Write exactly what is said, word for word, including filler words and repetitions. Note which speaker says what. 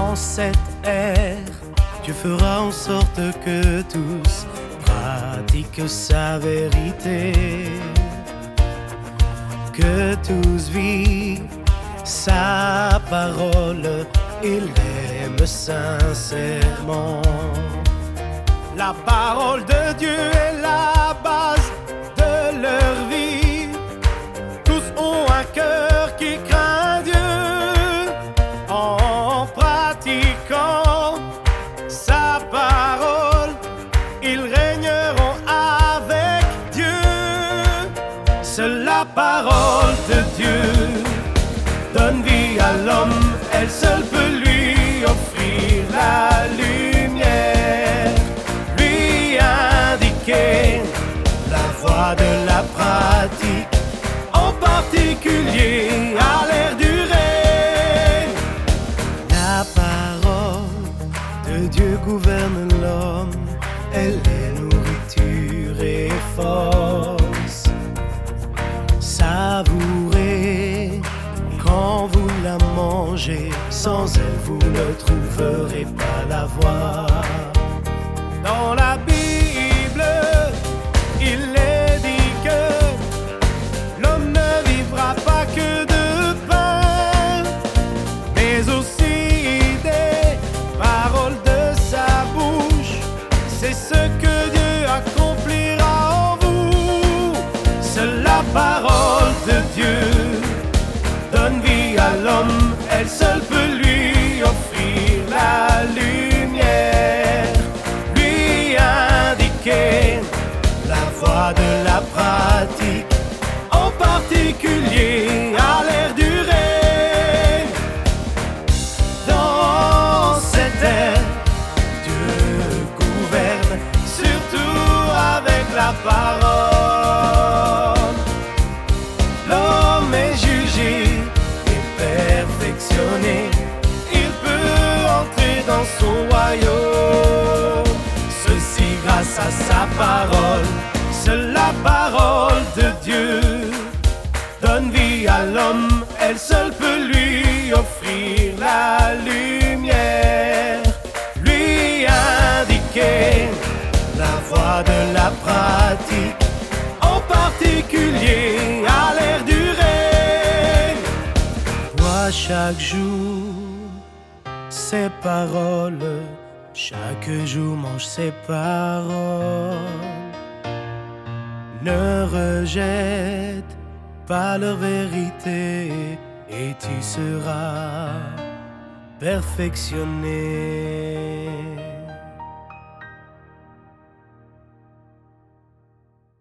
Speaker 1: cette ère, Dieu fera en sorte que tous pratiquent sa vérité, que tous vivent sa parole et l'aiment sincèrement. La parole de Dieu est la base de leur vie. Tous ont un cœur qui craint Dieu. En pratiquant sa parole, ils régneront avec Dieu. Seule la parole de Dieu donne vie à l'homme. Elle seule peut lui offrir la lumière, lui indiquer la voie de la pratique, en particulier à l'ère du règne. La parole de Dieu gouverne l'homme, elle est nourriture et force. Savourez quand vous la mangez, sans elle vous ne trouverez pas la voie. Dans la Bible, il est dit que l'homme ne vivra pas que de pain, mais aussi des paroles de sa bouche. C'est ce que Dieu accomplira en vous. Seule la parole de Dieu donne vie à l'homme, elle seule peut lui offrir la lumière, lui indiquer la voie de la pratique, en particulier à l'ère du règne. Dans cette ère, Dieu gouverne, surtout avec la parole. L'homme est jugé et perfectionné, il peut entrer dans son royaume. Ceci grâce à sa parole. Seule la parole de Dieu donne vie à l'homme, elle seule peut lui offrir la lumière, lui indiquer la voie de la pratique, en particulier à l'ère du règne. Vois chaque jour ses paroles, chaque jour mange ses paroles. Ne rejette pas leur vérité et tu seras perfectionné.